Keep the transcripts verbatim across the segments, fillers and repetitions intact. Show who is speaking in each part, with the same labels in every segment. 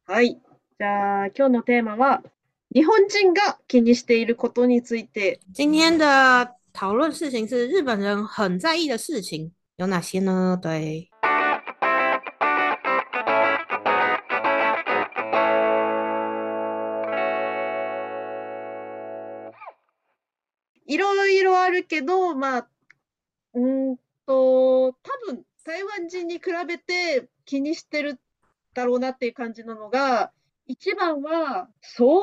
Speaker 1: はい。じゃあ、今日のテーマは、日本人が気にしていることについて。
Speaker 2: 今天的讨论事情是日本人很在意的事情有哪些呢？对，
Speaker 1: いろいろあるけど、まあ、うーんと、多分、台湾人に比べて気にしてるだろうなっていう感じなのが、一番は騒音。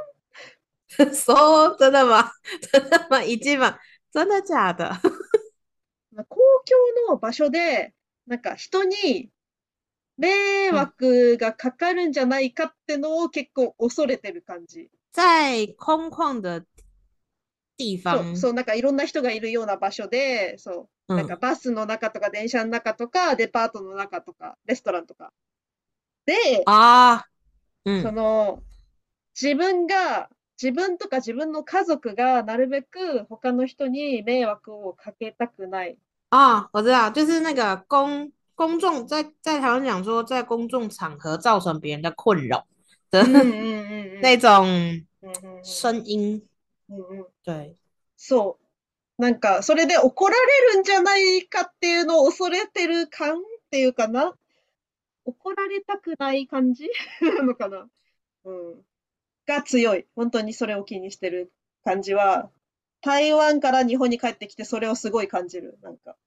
Speaker 2: 说真的吗？真的吗？一句吗？真的假的？
Speaker 1: まあ公共の場所で、なんか人に迷
Speaker 2: 嗯，
Speaker 1: 惑がかかるんじゃないかってのを結構恐れてる感じ。
Speaker 2: 在空旷的地
Speaker 1: そう、
Speaker 2: 方，
Speaker 1: そう、なんかいろんな人がいるような場所で、そう、なんか
Speaker 2: 嗯
Speaker 1: バスの中とか電車の中とか、デパートの中とか、レストランとか。で、
Speaker 2: 啊，
Speaker 1: そ
Speaker 2: 嗯
Speaker 1: の、自分が、自分とか自分の家族がなるべく他の人に迷惑をかけたくない。
Speaker 2: 啊，我知道，就是那个公公众在在台湾讲说，在公众场合造成别人的困扰的
Speaker 1: うんうん
Speaker 2: 那种
Speaker 1: うんうん。うんうん
Speaker 2: 声音，
Speaker 1: うんうん。
Speaker 2: 对。
Speaker 1: そう。なんか、それで怒られるんじゃないかっていうのを恐れてる感っていうかな。怒られたくない感じなのかな。うん。が強い。本当にそれを気にしてる感じは、台湾から日本に帰ってきてそれをすごい感じる。なんか。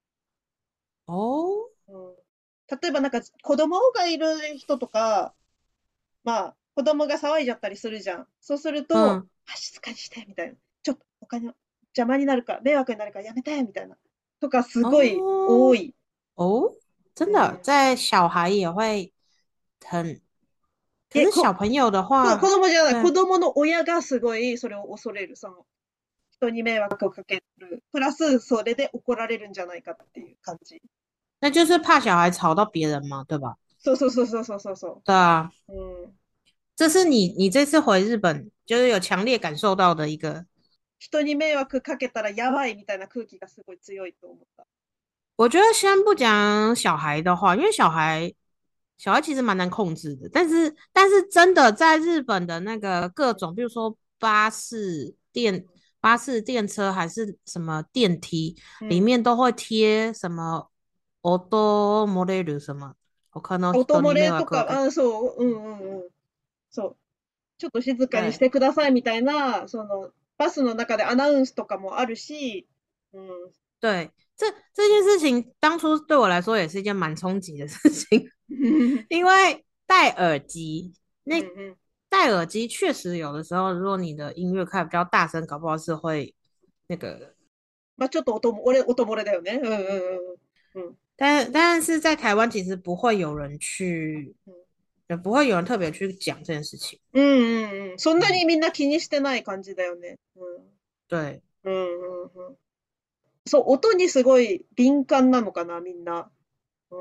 Speaker 2: 哦，
Speaker 1: うん、例えばなんか子供がいる人とか、まあ子供が騒いじゃったりするじゃん。そうすると、
Speaker 2: 嗯，
Speaker 1: あ、静かにしてみたいな。ちょっとお金邪魔になるから、迷惑になるからやめてみたいな。とかすごい多
Speaker 2: 哦，
Speaker 1: い。
Speaker 2: 哦，真的，
Speaker 1: うん。
Speaker 2: 在小孩也会很，可
Speaker 1: え、
Speaker 2: 是小
Speaker 1: こ、
Speaker 2: 朋友的
Speaker 1: こ子
Speaker 2: 话，
Speaker 1: 供じゃない、子
Speaker 2: 对，
Speaker 1: 供の親がすごいそれを恐れる。その人に迷惑をかける。プラス、それで怒られるんじゃないかっていう感じ。
Speaker 2: 那就是怕小孩吵到别人嘛，对吧？
Speaker 1: そうそうそうそうそうそうそ
Speaker 2: 对啊，
Speaker 1: う。うん。
Speaker 2: 这是你你这次回日本就是有强烈感受到的一个。
Speaker 1: 人に迷惑かけたらやばいみたいな空気がすごい強いと思った。
Speaker 2: 我觉得先不讲小孩的话，因为小孩小孩其实蛮难控制的，但是但是真的在日本的那个各种，比如说巴士、电巴士、电车还是什么电梯，里
Speaker 1: うん。
Speaker 2: 面都会贴什么音漏れる什么他の
Speaker 1: 音漏
Speaker 2: 人に迷
Speaker 1: れとか、
Speaker 2: 惑がかけ。
Speaker 1: あ、そう、うんうんうん。そう。ちょっと静かにし
Speaker 2: 对
Speaker 1: てくださいみたいな、その、バスの中でアナウンスとかもあるし、うん。
Speaker 2: 对，这这件事情当初对我来说也是一件蛮冲击的事情，
Speaker 1: うん
Speaker 2: 因为戴耳机，那
Speaker 1: うん。
Speaker 2: 戴耳机确实有的时候，如果你的音乐开比较大声，搞不好是会那个。
Speaker 1: まあちょっと音も、俺、音漏れだよね。うんうんうんうん。うん。
Speaker 2: 但但是在台湾其实不会有人去，也不会有人特別去讲这件事情。
Speaker 1: うんうんうん。そんな
Speaker 2: 嗯，
Speaker 1: にみんな気にしてない感じだよね。うん。
Speaker 2: 对
Speaker 1: うんうんうん。そう、音にすごい敏感なのかな、みんな。うん。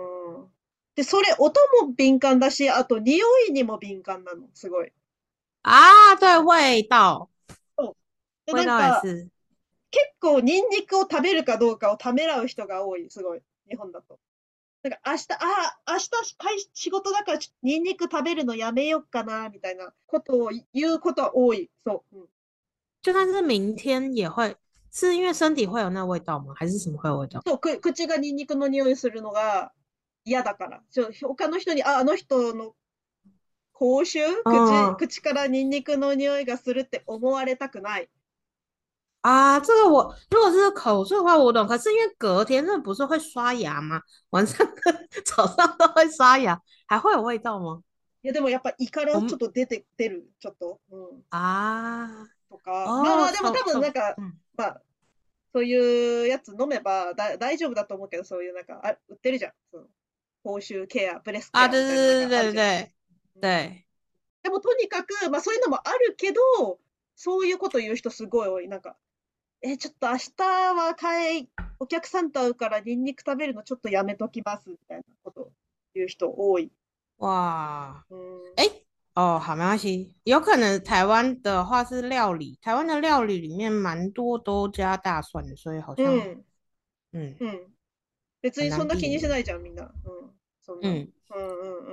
Speaker 1: で、それ、音も敏感だし、あと匂いにも敏感なの、すごい。
Speaker 2: 啊，对味道，
Speaker 1: そう。で、
Speaker 2: 味
Speaker 1: なんか、
Speaker 2: 道也是
Speaker 1: 結構ニンニクを食べるかどうかをためらう人が多い、すごい。日本だと。なんか明日、ああ、明日会仕事だからニンニク食べるのやめようかな、みたいなことを言うことは多い。そう。うん、
Speaker 2: 就算是明天也会，是因为身体会有那个味道吗？还是什么会有味道？
Speaker 1: そう、く口がニンニクの匂いするのが嫌だから。ちょ他の人に、あ、あの人の口臭口、
Speaker 2: 嗯，
Speaker 1: 口からニンニクの匂いがするって思われたくない。
Speaker 2: 啊，这个我如果是口水的话，我懂。可是因为隔天那不是会刷牙吗？晚上跟早上都会刷牙，还会有味道吗？
Speaker 1: いや、でもやっぱ胃からちょっ
Speaker 2: 我们
Speaker 1: と出て、出る。ちょっと。うん。
Speaker 2: 啊，
Speaker 1: とか。まあま
Speaker 2: 哦，
Speaker 1: あ、でも多
Speaker 2: 臭臭，
Speaker 1: 分なんか、
Speaker 2: 嗯
Speaker 1: まあ、そういうやつ飲めばだ大丈夫だと思うけど、そういうなんか、あ、売ってるじゃん。その口臭ケア、ブレスケ
Speaker 2: 啊，
Speaker 1: アみたいななん
Speaker 2: 对对
Speaker 1: かあるじゃん。
Speaker 2: 对对对
Speaker 1: うん、
Speaker 2: 对
Speaker 1: でもとにかく、まあそういうのもあるけど、そういうこと言う人すごい多い。なんか、え、ちょっと明日は帰、お客さんと会うからニンニク食べるのちょっとやめときますみたいなこと言う人多い。
Speaker 2: 哇，
Speaker 1: うん。
Speaker 2: 哎，哦，好，没关系。有可能台湾的话是料理，台湾的料理里面蛮多都加大蒜的，所以好像
Speaker 1: うん。
Speaker 2: 嗯
Speaker 1: うん。別
Speaker 2: 很
Speaker 1: にそんな気
Speaker 2: 难避免。
Speaker 1: にしないじゃん、みんな。うん。そんな。
Speaker 2: 嗯。
Speaker 1: うんうんうん。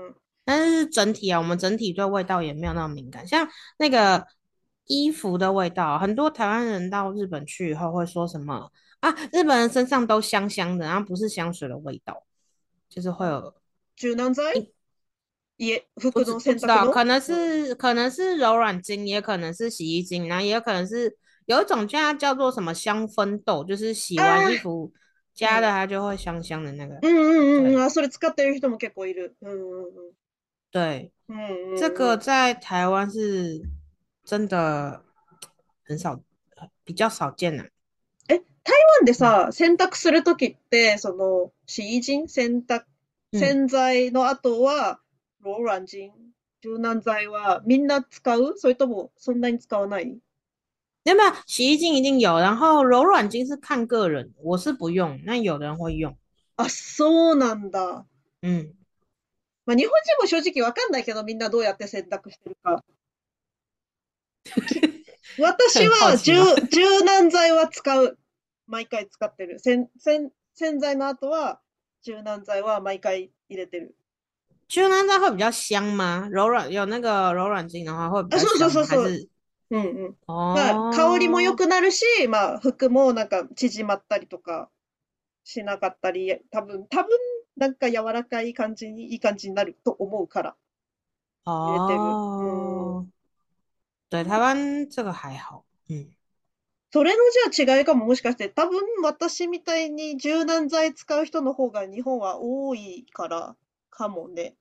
Speaker 2: 但是整体啊，我们整体对味道也没有那么敏感。像那个衣服的味道，很多台湾人到日本去以后会说什么啊，日本人身上都香香的，然后不是香水的味道，就是会有
Speaker 1: 柔軟剤家、服の
Speaker 2: 不知不知道，
Speaker 1: 洗濯の
Speaker 2: 可能
Speaker 1: うん。
Speaker 2: 是可能是柔软精，也可能是洗衣精，然后也有可能是有一种叫它叫做什么香氛豆，就是洗完衣
Speaker 1: あ
Speaker 2: 服
Speaker 1: あ、うん。
Speaker 2: 加的它就会香香的那个。
Speaker 1: うんうんうん。
Speaker 2: 对
Speaker 1: あ、それ使ってる人も結構いる。うんうん
Speaker 2: 对，
Speaker 1: うん。うん
Speaker 2: 这
Speaker 1: うんうん。
Speaker 2: 个在台湾是真的很少，比较少見呐、
Speaker 1: え、台湾で
Speaker 2: 嗯
Speaker 1: さ、洗濯するときって、その、洗衣精洗濯、
Speaker 2: 嗯，
Speaker 1: 洗剤の後は、ローランジン、柔軟剤はみんな使うそれともそんなに使わない？
Speaker 2: 有没有洗衣精一定有，然后柔软精是看个人，我是不用，那有的人会用。
Speaker 1: あ、そうなんだ。
Speaker 2: 嗯，
Speaker 1: まあ、日本人も正直わかんないけど、みんなどうやって洗濯してるか。私
Speaker 2: 很好
Speaker 1: は柔、
Speaker 2: 奇吗？
Speaker 1: 柔軟剤は使う。毎回使ってる。洗、洗、洗剤の後は、柔軟剤は毎回入れてる。
Speaker 2: 就那它会比较香吗？柔软有那个柔软精的话会比
Speaker 1: あ、そうそう
Speaker 2: 较香吗？还
Speaker 1: そうそう。
Speaker 2: 是
Speaker 1: うんうん。まあ、香りも良
Speaker 2: 哦
Speaker 1: くなるし、まあ、服もなんか縮まったりとかしなかったり、多分、多分、なんか柔らかい感じに、いい感じになると思うから入れてる。うん。
Speaker 2: 哦，对，台湾这个还好，嗯。
Speaker 1: それのじゃあ違いかも、もしかして、多分私みたいに柔軟剤使う人の方が日本は多いからかもね。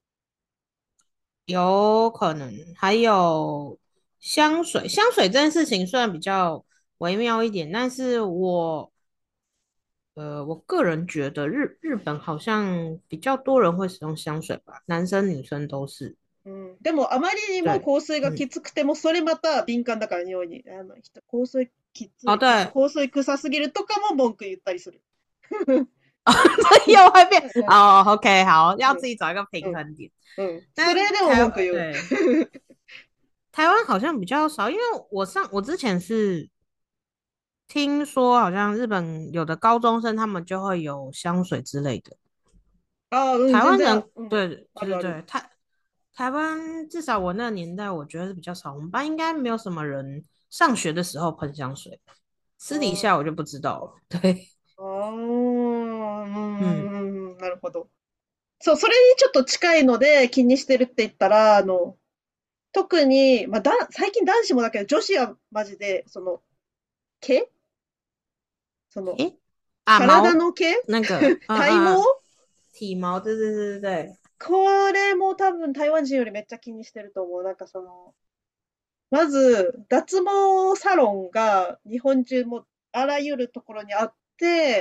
Speaker 2: 有可能，还有香水。香水这件事情虽然比较微妙一点，但是我呃，我个人觉得日日本好像比较多人会使用香水吧，男生女生都是。
Speaker 1: うん。でも、あまりにも
Speaker 2: 对，
Speaker 1: 香水が
Speaker 2: 嗯，
Speaker 1: きつくても、それまた敏感だから匂いに。あの人、香水きつ
Speaker 2: 哦，
Speaker 1: い、き
Speaker 2: 对，
Speaker 1: 香水臭すぎるとかも文句言ったりする。
Speaker 2: 这又会变
Speaker 1: うん
Speaker 2: 哦。OK，好，要
Speaker 1: うん
Speaker 2: 自己找一个
Speaker 1: うん。
Speaker 2: 平衡点。
Speaker 1: うん。それでも
Speaker 2: 但台
Speaker 1: 文句言う。
Speaker 2: 对台湾好像比较少，因为我上我之前是听说，好像日本有的高中生他们就会有香水之类的。
Speaker 1: ああ、うん、全然、
Speaker 2: 台湾人
Speaker 1: うん。
Speaker 2: 对
Speaker 1: あるある。
Speaker 2: 对对对，台台湾至少我那个年代，我觉得是比较少。我们班应该没有什么人上学的时候喷香水，私底下我
Speaker 1: あ
Speaker 2: 就不知道了。对，
Speaker 1: あ、ああ、うん
Speaker 2: 嗯，
Speaker 1: うんうん、なるほど。そう、それにちょっと近いので気にしてるって言ったら、あの、特に、まあ、だ、最近男子もだけど、女子はマジで、その、毛その、
Speaker 2: 诶，啊毛
Speaker 1: 体の毛
Speaker 2: 那个，嗯
Speaker 1: 体毛
Speaker 2: 嗯嗯，体毛，对对对对对，
Speaker 1: これも多分台湾人よりめっちゃ気にしてると思う。なんかその、まず、脱毛サロンが日本中もあらゆるところにあって、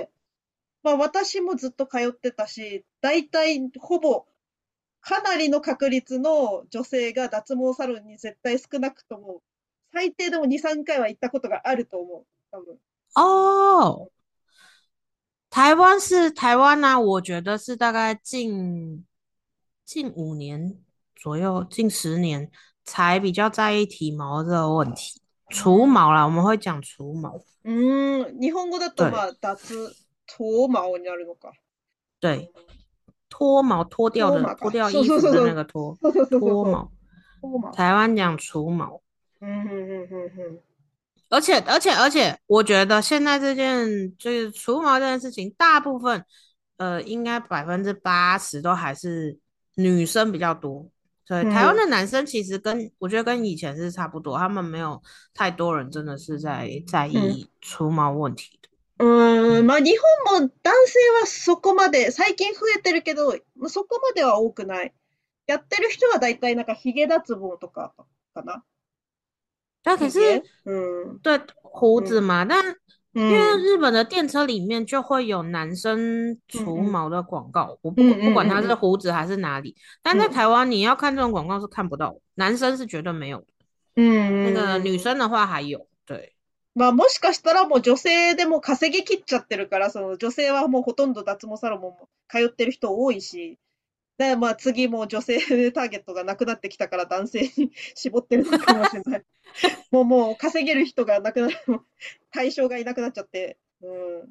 Speaker 1: まあ私もずっと通ってたし、大体ほぼかなりの確率の女性が脱毛サロンに絶対少なくとも、最低でもに、さんかいは行ったことがあると思う。多分。
Speaker 2: 哦，台湾是台湾呢、我觉得是大概近近五年左右，近十年才比较在意体毛这个问题。除毛啦，我们会讲除毛。
Speaker 1: うーん、日本語だとま
Speaker 2: 对
Speaker 1: あ、脱、脱毛になるのか。う
Speaker 2: 对，
Speaker 1: ん、
Speaker 2: 脱毛脱掉的脱
Speaker 1: 脱毛か。そう
Speaker 2: 掉衣服的
Speaker 1: そうそうそう。
Speaker 2: 那个脱
Speaker 1: そうそうそうそうそう。
Speaker 2: 脱毛，
Speaker 1: 脱毛。
Speaker 2: 台湾讲除毛。
Speaker 1: うん、うん、うん、うん。うん
Speaker 2: 而且而且而且，我觉得现在这件就是除毛这件事情，大部分呃，应该百分之八十都还是女生比较多。对，台湾
Speaker 1: うん。
Speaker 2: 的男生其实跟我觉得跟以前是差不多，他们没有太多人真的是在在
Speaker 1: うん。
Speaker 2: 意除毛问题的。
Speaker 1: うーん、
Speaker 2: 嗯，
Speaker 1: まあ日本も男性はそこまで、最近増えてるけど、そこまでは多くない。やってる人は大体なんかヒゲ脱毛とかかな。
Speaker 2: 但可是
Speaker 1: ヒゲうん。
Speaker 2: 对胡
Speaker 1: うん。
Speaker 2: 子嘛，但
Speaker 1: う
Speaker 2: 因为
Speaker 1: ん。
Speaker 2: 日本的電車里面就会有男生
Speaker 1: うんうん。
Speaker 2: 除毛的广告，我
Speaker 1: うん
Speaker 2: 不管不管他是
Speaker 1: うん
Speaker 2: 胡子还是哪里，但在
Speaker 1: うん。
Speaker 2: 台湾你要看这种广告是看不到，男生是绝对没有的，
Speaker 1: うん。
Speaker 2: 那
Speaker 1: うんうんうん。
Speaker 2: 个女生的话还有。对，
Speaker 1: まあもしかしたらもう女性でも稼ぎ切っちゃってるから、その女性はもうほとんど脱毛サロンも通ってる人多いし、で、まあ次もう女性ターゲットがなくなってきたから男性に絞ってるのかもしれない。もうもう稼げる人がなくなる、対象がいなくなっちゃって。うん。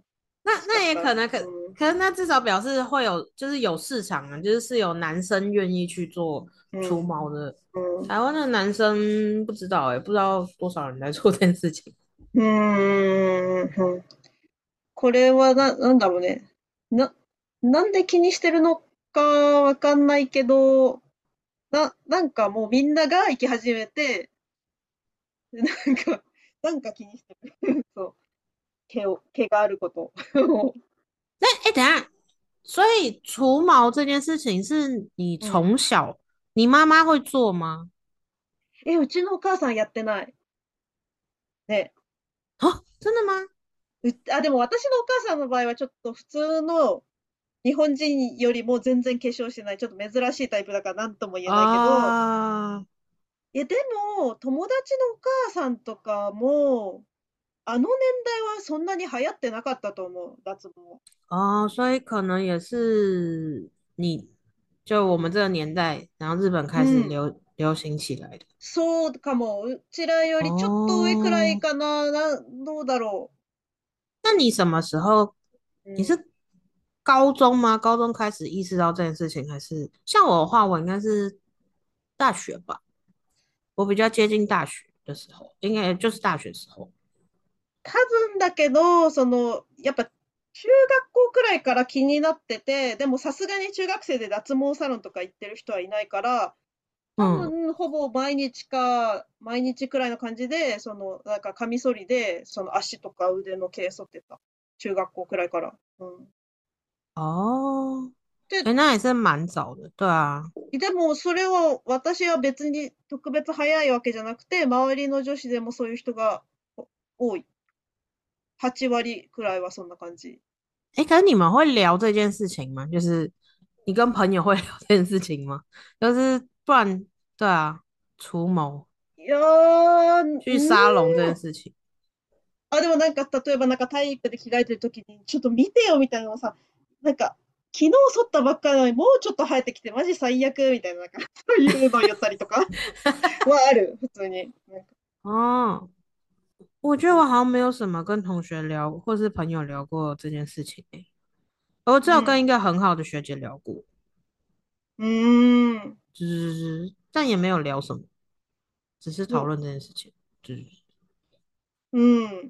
Speaker 2: 那那
Speaker 1: しかった。
Speaker 2: 也可能可
Speaker 1: うん。
Speaker 2: 可是那至少表示会有就是有市场啊，就是是有男生愿意去做除
Speaker 1: うん。
Speaker 2: 毛的。
Speaker 1: うん。
Speaker 2: 台湾的男生不知道哎、不知道多少人在做这件事情。
Speaker 1: うーん。うん。これはな、なんだろうね。な、なんで気にしてるのかわかんないけど、な、なんかもうみんなが行き始めて、なんか、なんか気にしてる。そう。毛を、毛があることを。
Speaker 2: 那哎、等一下，所以除毛这件事情是你
Speaker 1: うん。
Speaker 2: 从小你妈妈会做吗？
Speaker 1: え、うちのお母さんやってない。ね。
Speaker 2: 啊，真的吗？
Speaker 1: うあ、でも私のお母さんの場合はちょっと普通の日本人よりも全然化粧してない、ちょっと珍しいタイプだから何とも言えないけど、
Speaker 2: 啊
Speaker 1: え、でも、友達のお母さんとかも、あの年代はそんなに流行ってなかったと思う、脱毛。
Speaker 2: 哦，所以可能也是你就我们这个年代，然后日本
Speaker 1: う
Speaker 2: 开始
Speaker 1: ん。
Speaker 2: 流流行起来的。
Speaker 1: そうかも。うちらよりちょっと上くらい
Speaker 2: 哦，
Speaker 1: かな。な、どうだろ
Speaker 2: 那你什么时候？
Speaker 1: う。うん。
Speaker 2: 你是高中吗？高中開始意識到這件事情，還是像我的話，我應該是大學吧。我比較接近大學的時候，應該就是大學時候。
Speaker 1: 多分だけど、その、やっぱ、中学校くらいから気になってて、でもさすがに中学生で脱毛サロンとか行ってる人はいないから、多
Speaker 2: うん。
Speaker 1: 分、ほぼ毎日か、毎日くらいの感じで、その、なんかカミソリで、その足とか腕の毛剃ってた。中学校くらいから。うん。
Speaker 2: 哦，
Speaker 1: で、
Speaker 2: 哎，那也是蠻早的，對啊。
Speaker 1: でも、それは、私は別に特別早いわけじゃなくて、周りの女子でもそういう人が多い。はち割くらいはそんな感じ。
Speaker 2: 哎，可是你们会聊这件事情吗？就是你跟朋友会聊这件事情嗎？就是不然，對啊，除毛
Speaker 1: いやー、う
Speaker 2: 去沙龍這件
Speaker 1: ーん。
Speaker 2: 事情。
Speaker 1: あ、でもなんか、例えばなんか体育で着替えてるときに、ちょっと見てよみたいなのをさ、なんか、昨日剃ったばっかりなのに、もうちょっと生えてきて、マジ最悪みたいな、なんか、そういうのを言ったりとかはある、普通に。なんか
Speaker 2: 哦，我觉得我好像没有什么跟同学聊或是朋友聊过这件事情诶、我只有跟一
Speaker 1: うん。
Speaker 2: 个很好的学姐聊过，
Speaker 1: うーん。
Speaker 2: 就是但也没有聊什么，只是讨
Speaker 1: の
Speaker 2: 论这件事情，就是
Speaker 1: うん。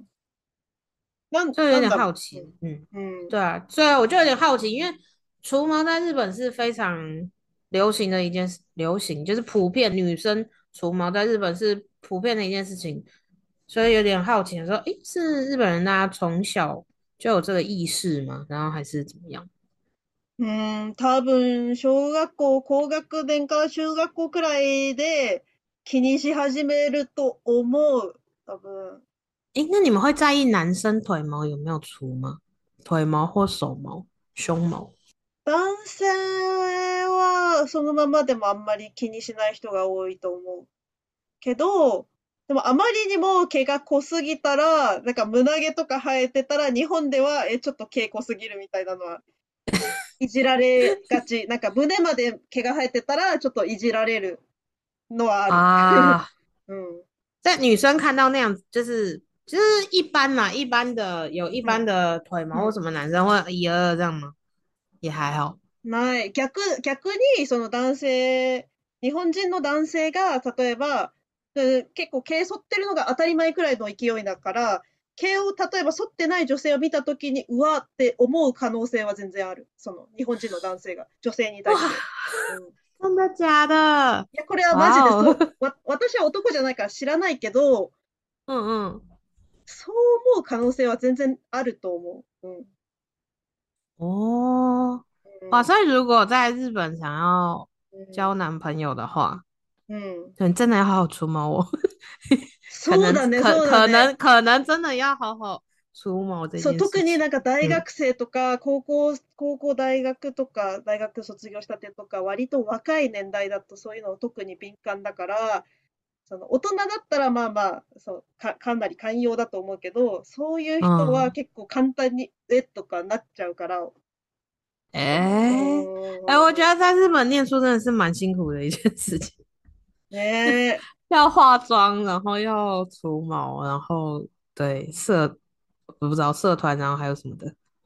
Speaker 1: なん、
Speaker 2: 就有点
Speaker 1: なんだろ
Speaker 2: 好奇，嗯，
Speaker 1: う。うん。
Speaker 2: 对啊，所以我就有点好奇，因为除毛在日本是非常流行的一件事，流行就是普遍女生除毛在日本是普遍的一件事情，所以有点好奇说，诶，是日本人大家从小就有这个意识吗？然后还是怎么样？
Speaker 1: うーん、多分、小学校、高学年から中学校くらいで気にし始めると思う。多分。
Speaker 2: 诶，那你们会在意男生腿毛有没有除吗？腿毛或手毛、胸毛？
Speaker 1: 男性はそのままでもあんまり気にしない人が多いと思うけど、でもあまりにも毛が濃すぎたら、なんか胸毛とか生えてたら、日本では、え、ちょっと毛濃すぎるみたいなのはいじられがち。なんか胸まで毛が生えてたら、ちょっといじられるのはある。
Speaker 2: 啊，
Speaker 1: うん。
Speaker 2: 在女生看到那样子，就是就是一般嘛，一般的有一
Speaker 1: うん。
Speaker 2: 般的腿毛或
Speaker 1: うん。
Speaker 2: 什么男生会一二二这样吗？也还好。
Speaker 1: ない。逆、逆に、その男性、日本人の男性が、例えば、うん結構毛剃ってるのが当たり前くらいの勢いだから、毛を例えば剃ってない女性を見たときに、うわって思う可能性は全然ある。その、日本人の男性が、女性に対し
Speaker 2: 哇，
Speaker 1: て。うん。い
Speaker 2: 真的假的？
Speaker 1: や、これはマジ
Speaker 2: 哇哦，
Speaker 1: でそう。わ、私は男じゃないから知らないけど、
Speaker 2: 嗯嗯，
Speaker 1: そう思う可能性は全然あると思う。うん。
Speaker 2: 哦，哇，
Speaker 1: うん。
Speaker 2: 所以如果在日本想要
Speaker 1: うん。
Speaker 2: 交男朋友的话，
Speaker 1: うん。
Speaker 2: 对，真的要好好除毛哦。可能
Speaker 1: そうだね、
Speaker 2: 可可
Speaker 1: そうだね。
Speaker 2: 能可能真的要好好除毛这
Speaker 1: そう、
Speaker 2: 件事情。
Speaker 1: 特になんか大
Speaker 2: 嗯，
Speaker 1: 学生とか、高校、高校大学とか、大学卒業したてとか、割と若い年代だとそういうの特に敏感だから、その大人だったらまあまあ、そう、か、かなり寛容だと思うけど、そういう人は
Speaker 2: 嗯，
Speaker 1: 結構簡単に、えとかなっちゃうから、う
Speaker 2: 哎、哎、我觉
Speaker 1: ーん、
Speaker 2: 得在日本念书真的是蛮辛苦的一件事情，
Speaker 1: ねえ、
Speaker 2: 要化妆，然后要除毛，然后对社，我不知道社团，然后还有什么的。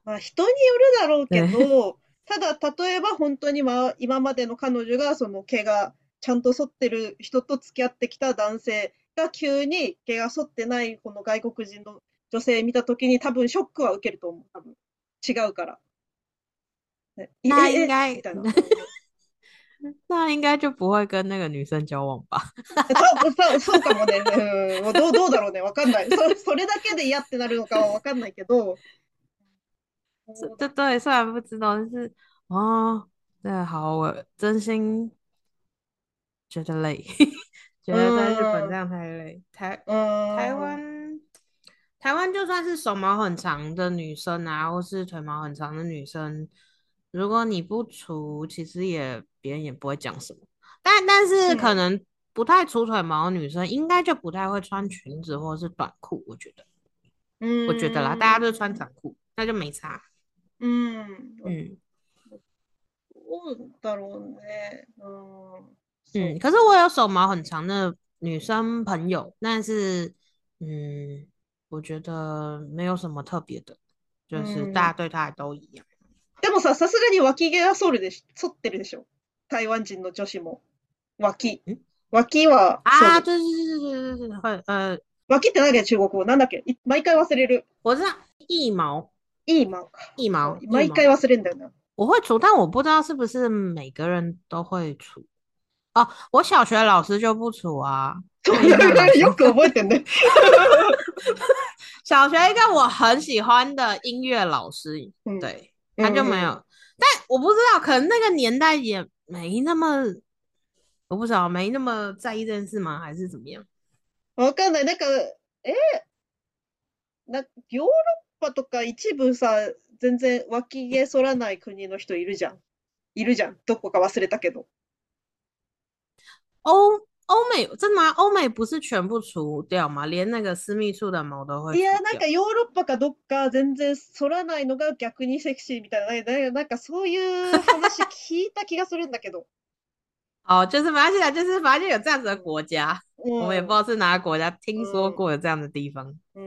Speaker 1: まあ、人によるだろうけ
Speaker 2: 对，
Speaker 1: ど、ただ、例えば本当に、まあ、今までの彼女が、その毛がちゃんと剃ってる人と付き合ってきた男性が急に毛が剃ってないこの外国人の女性見たときに多分ショックは受けると思う。多分。違うから。ねえ、
Speaker 2: 那应
Speaker 1: え、え、
Speaker 2: 该
Speaker 1: みたいな。うん。
Speaker 2: 那应该就不会跟那个女生交往吧？
Speaker 1: 多分そう、そうかもね。うん。どう、どうだろうね。わかんない。そ、それだけで嫌ってなるのかはわかんないけど、そうだ。
Speaker 2: 是对对，虽然不知道，但是哦，对，好，我真心觉得累，觉
Speaker 1: う
Speaker 2: 得在日本
Speaker 1: ーん。
Speaker 2: 这样太累。台
Speaker 1: う
Speaker 2: 台
Speaker 1: ーん。
Speaker 2: 湾台湾就算是手毛很长的女生啊，或是腿毛很长的女生，如果你不除，其实也别人也不会讲什么。但但是可
Speaker 1: うん。
Speaker 2: 能不太除腿毛的女生，应该就不太会穿裙子或是短裤。我觉得，
Speaker 1: う
Speaker 2: 我觉得啦，大家
Speaker 1: ーん。
Speaker 2: 都穿短裤，那就没差。
Speaker 1: うーん。
Speaker 2: 嗯。
Speaker 1: どうだろうね。うーん。そ
Speaker 2: 嗯，可是我有手毛很长的女生朋友，但是嗯，我觉得没有什么特别的，
Speaker 1: う。う
Speaker 2: 就是大
Speaker 1: ーん。
Speaker 2: 家对她都一样。
Speaker 1: でもさ、さすがに脇毛は剃るでし、剃ってるでしょ。台湾人の女子も。脇。
Speaker 2: 嗯
Speaker 1: 脇は剃
Speaker 2: 啊，
Speaker 1: る。
Speaker 2: 对对对对对对，会呃，
Speaker 1: 脇って何だっけ中国語なんだっけい毎回忘れる。
Speaker 2: 我知道腋毛，
Speaker 1: いい毛か。
Speaker 2: 腋
Speaker 1: そう、
Speaker 2: 毛，腋毛，
Speaker 1: 毎回忘れんだよな。
Speaker 2: 我会除，但我不知道是不是每个人都会除。哦，我小学老师就不除啊，
Speaker 1: そう、
Speaker 2: 我印象蛮深
Speaker 1: よく
Speaker 2: 刻。
Speaker 1: 覚えてんね。
Speaker 2: 小学一个我很喜欢的音乐老师，
Speaker 1: うん。
Speaker 2: 对，
Speaker 1: う
Speaker 2: 他就没有，
Speaker 1: んうん。
Speaker 2: 但我不知道，可能那个年代也没那么，我不知道没那么在意这件事吗？还是怎么样？
Speaker 1: わかんない。なんか、え、な、ヨーロッパとか一部さ、全然脇毛剃らない国の人いるじゃん。いるじゃん。どこか忘れたけど。
Speaker 2: 欧欧美真的吗？欧美不是全部除掉吗？连那个私密处的毛都会
Speaker 1: いや、
Speaker 2: 除掉。
Speaker 1: なんかヨーロッパかどっか全然剃らないのが逆にセクシーみたいな、ななんかそういう話聞いた気がするんだけど。
Speaker 2: 哦，就是马来西亚，就是反正就有这样子的国家，我们也不知
Speaker 1: うん。
Speaker 2: 道是哪个国家，听说
Speaker 1: うん。
Speaker 2: 过有这样的地方。
Speaker 1: うん。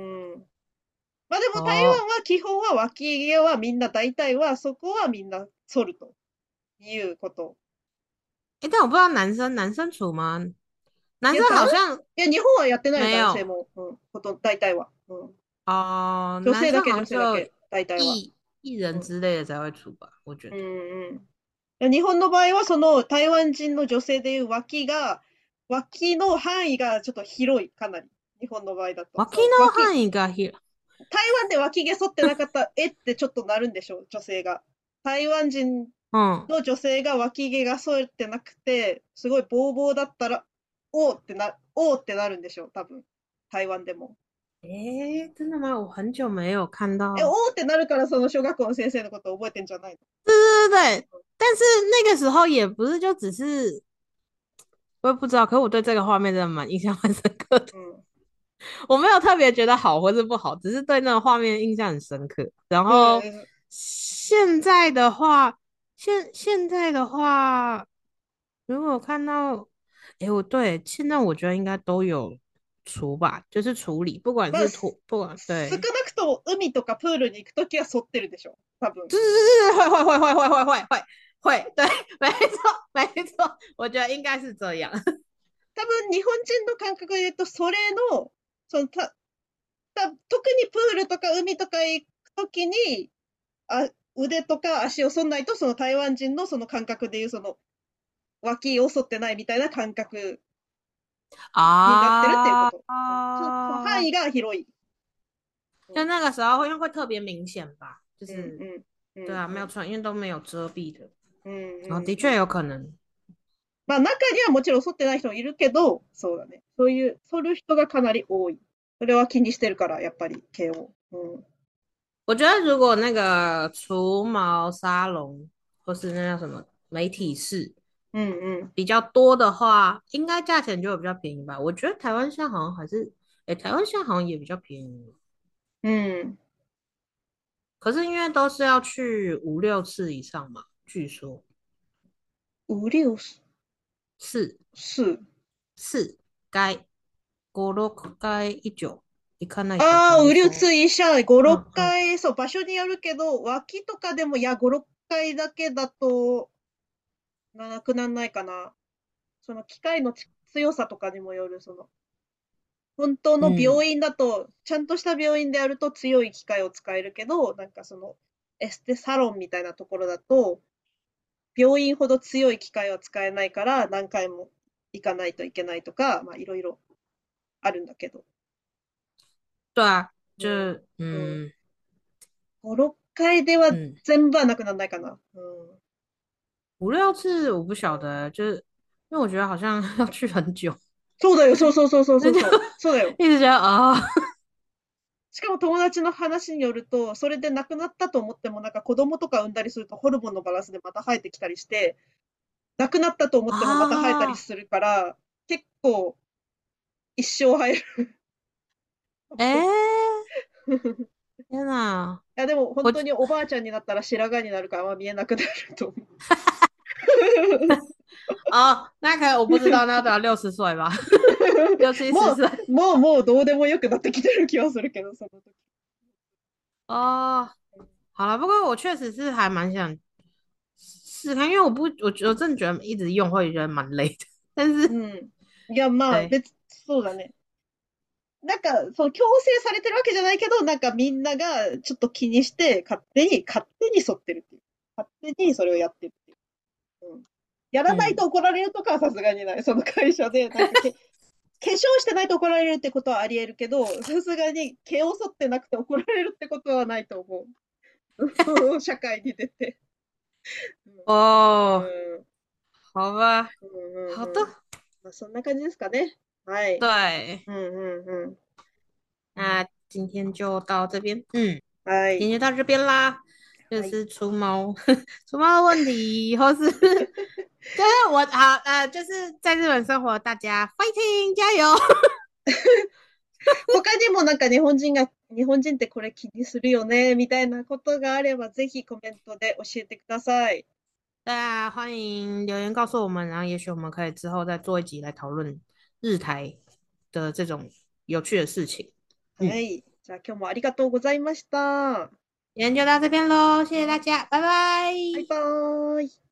Speaker 1: まあでも台
Speaker 2: 哦，
Speaker 1: 湾は基本は脇毛はみんな大体はそこはみんな剃るということ。
Speaker 2: 诶，但我不知道男生男生除吗？男生
Speaker 1: いや、だん、い
Speaker 2: 好像
Speaker 1: や、日本はやってないよ、
Speaker 2: 没有。
Speaker 1: 男性も。うん。ほとんど、大体は。うん。
Speaker 2: 哦，男生
Speaker 1: 女性だけ、
Speaker 2: 好像只有
Speaker 1: 女性だけ、大体は。
Speaker 2: 艺艺人
Speaker 1: うん。
Speaker 2: 之类的才会出吧，我觉
Speaker 1: う
Speaker 2: 得。
Speaker 1: んうん。日本の場合は、その台湾人の女性でいう脇が、脇の範囲がちょっと広い、かなり。日本の場合だと。
Speaker 2: 脇
Speaker 1: そう、脇、
Speaker 2: の範囲が広い。
Speaker 1: 台湾で脇毛剃ってなかったら、えってちょっとなるんでしょう、女性が。台湾人
Speaker 2: うん。
Speaker 1: の女性が脇毛が剃ってなくて、すごいボーボーだったら、おーってな、おーってなるんでしょう、多分。台湾でも。
Speaker 2: 诶，真的吗？我很久没有看
Speaker 1: え、お
Speaker 2: 到。
Speaker 1: ーってなるからその小学校の先生のことを覚えてんじゃない
Speaker 2: 对对对对，但是那个时候也不是就只是，我也不知道，可是我对这个画面真的蛮印象蛮深刻的。
Speaker 1: の？
Speaker 2: 我没有特别觉得好或是不好，只是对那个画面印象很深刻。然
Speaker 1: うん。
Speaker 2: 后
Speaker 1: うん。
Speaker 2: 现在的话，现现在的话，如果看到，诶，我对现在我觉得应该都有除吧，就是处理，不管
Speaker 1: まあ、
Speaker 2: 是
Speaker 1: す
Speaker 2: 脱，不管
Speaker 1: 少
Speaker 2: 对，
Speaker 1: なくとも海とかプールに行くときは剃ってるでしょ、多分。
Speaker 2: 对对对，会会会会会会会会会，对，没错没错，我觉得应该是这样。
Speaker 1: 多分日本人の感覚で言うと、それの、そのた、た特にプールとか海とか行くときに、あ、腕とか足を剃んないと、その台湾人のその感覚でいう、その脇を剃ってないみたいな感覚になってるっていうこ
Speaker 2: 啊
Speaker 1: と。うん、そその範
Speaker 2: 啊，
Speaker 1: 囲が広い。うん、
Speaker 2: 就那个时候会会特别明显吧，就
Speaker 1: うん、
Speaker 2: 是
Speaker 1: うん、うん、
Speaker 2: 对啊，没有
Speaker 1: うん、
Speaker 2: 穿，因为都没有遮蔽的。
Speaker 1: うん、
Speaker 2: 然后
Speaker 1: うん。うん。
Speaker 2: 的确有可能。
Speaker 1: まあ中にはもちろん剃ってない人もいるけど、そうだね。そういう、剃る人がかなり多い。それは気にしてるから、やっぱり、毛を。うん。
Speaker 2: 我觉得如果那个除毛沙龙或是那叫什么媒体室
Speaker 1: うんうん。
Speaker 2: 比较多的话，应该价钱就会比较便宜吧。我觉得台湾现在好像还是，诶，台湾现在好像也比较便宜，
Speaker 1: うん。
Speaker 2: 可是因为都是要去五六次以上嘛，据说
Speaker 1: 売りをす、
Speaker 2: 是
Speaker 1: す、
Speaker 2: 是该五六该一九行かないと
Speaker 1: ああ、
Speaker 2: ダメ
Speaker 1: うる
Speaker 2: そう。
Speaker 1: ついしゃ、ご、
Speaker 2: うんう
Speaker 1: 6
Speaker 2: ん。
Speaker 1: 回、そう、場所によるけど、脇とかでも、いや、ご、ろっかいだけだと、なくなんないかな。その機械のち強さとかにもよる、その、本当の
Speaker 2: うん。
Speaker 1: 病院だと、ちゃんとした病院であると強い機械を使えるけど、なんかその、エステサロンみたいなところだと、病院ほど強い機械は使えないから、何回も行かないといけないとか、まあ、いろいろあるんだけど。
Speaker 2: 对啊，就
Speaker 1: うん。うん。
Speaker 2: 嗯
Speaker 1: ご、ろっかいでは
Speaker 2: 嗯，
Speaker 1: 全部はなくならないかな。うん。
Speaker 2: 五六次我不晓
Speaker 1: うん
Speaker 2: 得，就是因为我觉得好像要去很久，
Speaker 1: そうだよ、そうそうそうそう
Speaker 2: 那就
Speaker 1: そうそう。そうだよ。
Speaker 2: 一直觉得啊、
Speaker 1: しかも友達の話によると、それで亡くなったと思っても、なんか子供とか産んだりするとホルモンのバランスでまた生えてきたりして、亡くなったと思ってもまた生えたり
Speaker 2: あ
Speaker 1: するから、結構一生生える。
Speaker 2: えー、天哪！
Speaker 1: いや、でも本
Speaker 2: 我
Speaker 1: 当におばあちゃんになったら白髪になるからあんま見えなくなると思う。
Speaker 2: 哦，那可能我不知道，那都要六十岁吧，六七十
Speaker 1: も
Speaker 2: 岁
Speaker 1: う、もう、もうどうでもよくなってきてる気はするけど、その時。
Speaker 2: 哦。好了，不过我确实是还蛮想试看，因为我不，我觉我真的觉得一直用会觉得蛮累的。但是，
Speaker 1: うん。いや、まあ、
Speaker 2: 对，
Speaker 1: 別、そうだね。なんか、そう、強制されてるわけじゃないけど、なんかみんながちょっと気にして、勝手に、勝手に沿ってるっていう。勝手にそれをやってるっていう。うん。やらない
Speaker 2: 嗯，
Speaker 1: と怒られるとかはさすがにない。その会社で、なんかけ、化粧してないと怒られるってことはあり得るけど、さすがに毛を剃ってなくて怒られるってことはないと思う。社会に出て。う
Speaker 2: 哦，
Speaker 1: ん。
Speaker 2: 好吧，
Speaker 1: うん
Speaker 2: 好的，
Speaker 1: うんうん。まあ、そんな感じですかね。はい。
Speaker 2: 对，
Speaker 1: うんうんうん。
Speaker 2: 那今天就到这边，嗯，
Speaker 1: はい。
Speaker 2: 今天就到这边啦。就
Speaker 1: はい。
Speaker 2: 是除毛，除毛的问题，或是就是我好呃，就是在日本生活，大家 fighting 加油！
Speaker 1: 他にもなんか日本人が、日本人ってこれ気にするよね、みたいなことがあれば、ぜひコメントで教えてください。
Speaker 2: 大家欢迎留言告诉我们，然后也许我们可以之后再做一集来讨论日台的这种有趣的事情。嗯，
Speaker 1: はい。じゃあ今日もありがとうございました。
Speaker 2: 今天就到这边喽，谢谢大家，拜拜。
Speaker 1: バイバーイ。